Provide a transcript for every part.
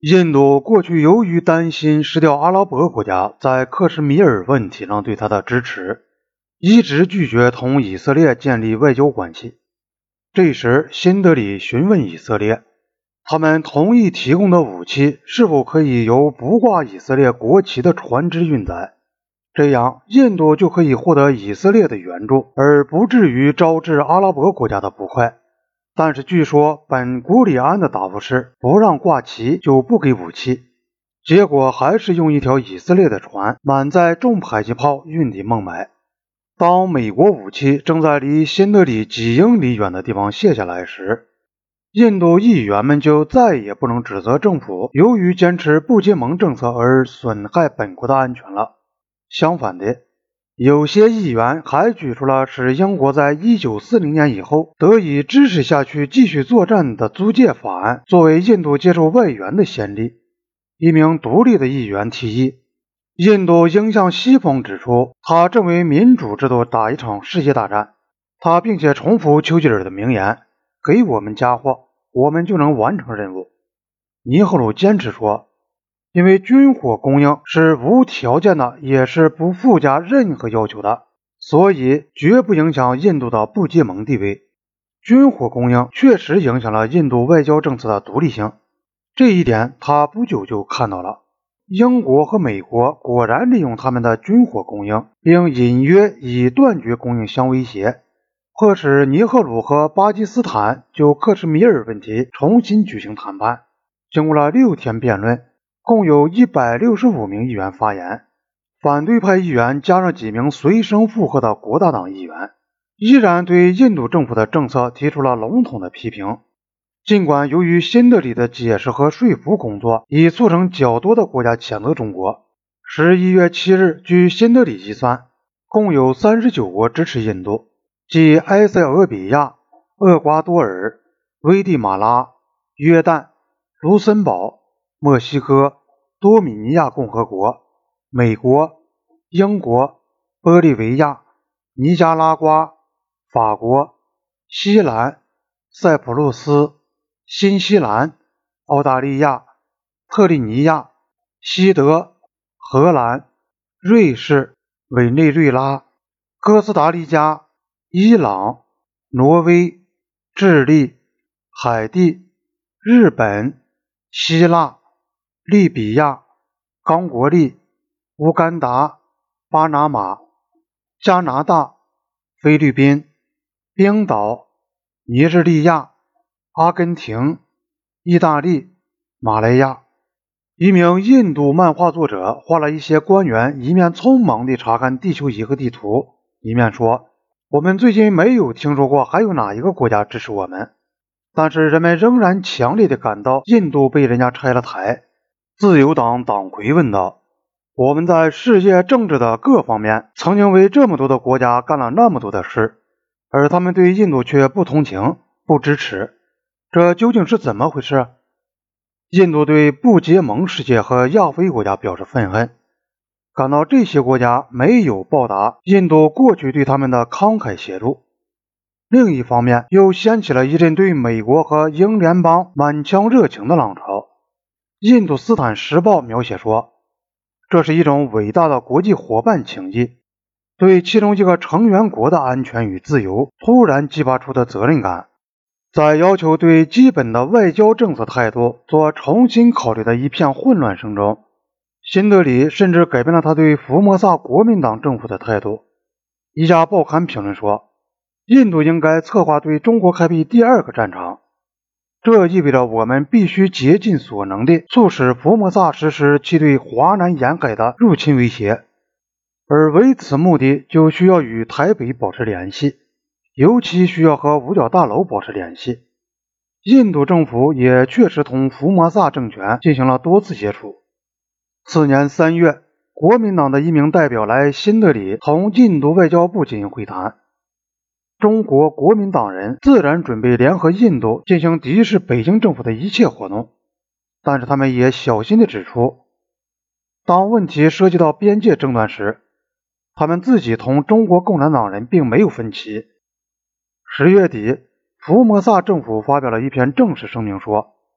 印度过去由于担心失掉阿拉伯国家在克什米尔问题上对他的支持，一直拒绝同以色列建立外交关系。这时，新德里询问以色列，他们同意提供的武器是否可以由不挂以色列国旗的船只运载，这样印度就可以获得以色列的援助，而不至于招致阿拉伯国家的不快。但是据说本古里安的答复是不让挂旗就不给武器，结果还是用一条以色列的船满载重迫击炮运抵孟买。当美国武器正在离新德里几英里远的地方卸下来时，印度议员们就再也不能指责政府由于坚持不结盟政策而损害本国的安全了。相反的，有些议员还举出了使英国在1940年以后得以支持下去继续作战的租借法案作为印度接受外援的先例。一名独立的议员提议，印度应向西方指出他正为民主制度打一场世界大战，他并且重复丘吉尔的名言，给我们家伙，我们就能完成任务。尼赫鲁坚持说，因为军火供应是无条件的，也是不附加任何要求的，所以绝不影响印度的不结盟地位。军火供应确实影响了印度外交政策的独立性，这一点他不久就看到了。英国和美国果然利用他们的军火供应，并隐约以断绝供应相威胁，迫使尼赫鲁和巴基斯坦就克什米尔问题重新举行谈判。经过了6天辩论，共有165名议员发言，反对派议员加上几名随声附和的国大党议员，依然对印度政府的政策提出了笼统的批评。尽管由于新德里的解释和说服工作已促成较多的国家谴责中国，11月7日，据新德里计算，共有39国支持印度，即埃塞俄比亚、厄瓜多尔、危地马拉、约旦、卢森堡、墨西哥、多米尼亚共和国、美国、英国、玻利维亚、尼加拉瓜、法国、西兰、塞浦路斯、新西兰、澳大利亚、特立尼亚、西德、荷兰、瑞士、委内瑞拉、哥斯达黎加、伊朗、挪威、智利、海地、日本、希腊、利比亚、刚果利、乌干达、巴拿马、加拿大、菲律宾、冰岛、尼日利亚、阿根廷、意大利、马来亚。一名印度漫画作者画了一些官员一面匆忙地查看地球仪和地图，一面说，我们最近没有听说过还有哪一个国家支持我们，但是人们仍然强烈地感到印度被人家拆了台。自由党党魁问道，我们在世界政治的各方面曾经为这么多的国家干了那么多的事，而他们对印度却不同情、不支持，这究竟是怎么回事？印度对不结盟世界和亚非国家表示愤恨，感到这些国家没有报答印度过去对他们的慷慨协助。另一方面，又掀起了一阵对美国和英联邦满腔热情的浪潮。印度斯坦时报描写说，这是一种伟大的国际伙伴情谊，对其中一个成员国的安全与自由突然激发出的责任感，在要求对基本的外交政策态度做重新考虑的一片混乱声中，新德里甚至改变了他对福摩萨国民党政府的态度。一家报刊评论说，印度应该策划对中国开辟第2个战场，这意味着我们必须竭尽所能地促使福摩萨实施其对华南沿海的入侵威胁，而为此目的就需要与台北保持联系，尤其需要和五角大楼保持联系。印度政府也确实同福摩萨政权进行了多次接触。次年3月，国民党的一名代表来新德里同印度外交部进行会谈。中国国民党人自然准备联合印度进行敌视北京政府的一切活动，但是他们也小心地指出，当问题涉及到边界争端时，他们自己同中国共产党人并没有分歧。10月底，福摩萨政府发表了一篇正式声明说，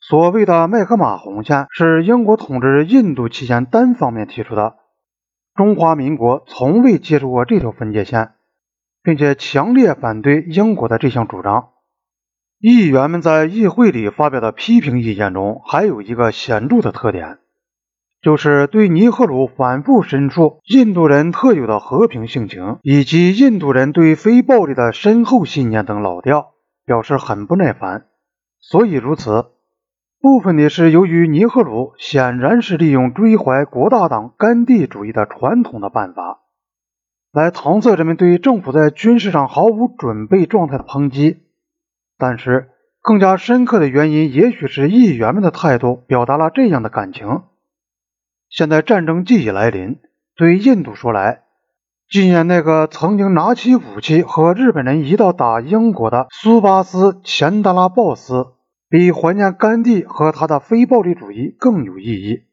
所谓的麦克马红线是英国统治印度期间单方面提出的，中华民国从未接触过这条分界线，并且强烈反对英国的这项主张。议员们在议会里发表的批评意见中还有一个显著的特点，就是对尼赫鲁反复申述印度人特有的和平性情以及印度人对非暴力的深厚信念等老调表示很不耐烦。所以如此，部分的是由于尼赫鲁显然是利用追怀国大党甘地主义的传统的办法，来搪塞人们对政府在军事上毫无准备状态的抨击。但是更加深刻的原因也许是议员们的态度表达了这样的感情。现在战争季已来临，对印度说来，纪念那个曾经拿起武器和日本人一道打英国的苏巴斯·钱达拉鲍斯，比怀念甘地和他的非暴力主义更有意义。